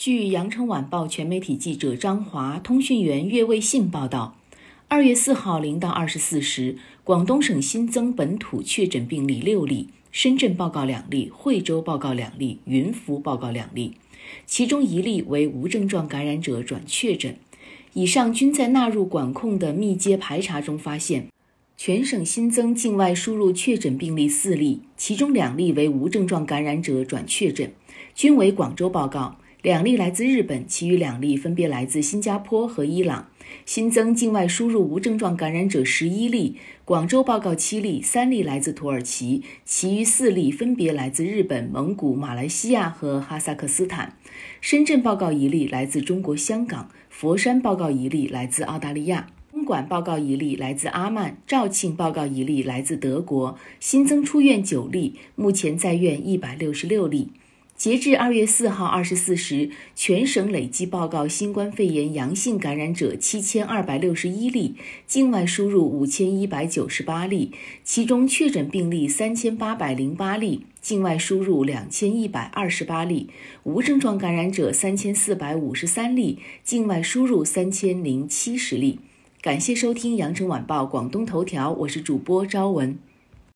据羊城晚报全媒体记者张华、通讯员岳卫信报道，2月4号0到24时，广东省新增本土确诊病例6例，深圳报告2例，惠州报告2例，云浮报告2例，其中1例为无症状感染者转确诊。以上均在纳入管控的密接排查中发现。全省新增境外输入确诊病例4例，其中2例为无症状感染者转确诊，均为广州报告，2例来自日本，其余2例分别来自新加坡和伊朗。新增境外输入无症状感染者11例，广州报告7例，3例来自土耳其，其余4例分别来自日本、蒙古、马来西亚和哈萨克斯坦。深圳报告1例来自中国香港，佛山报告1例来自澳大利亚。东莞报告1例来自阿曼，肇庆报告1例来自德国，新增出院9例，目前在院166例。截至2月4号24时，全省累计报告新冠肺炎阳性感染者7261例，境外输入5198例，其中确诊病例3808例，境外输入2128例，无症状感染者3453例，境外输入3070例。感谢收听羊城晚报广东头条，我是主播朝文。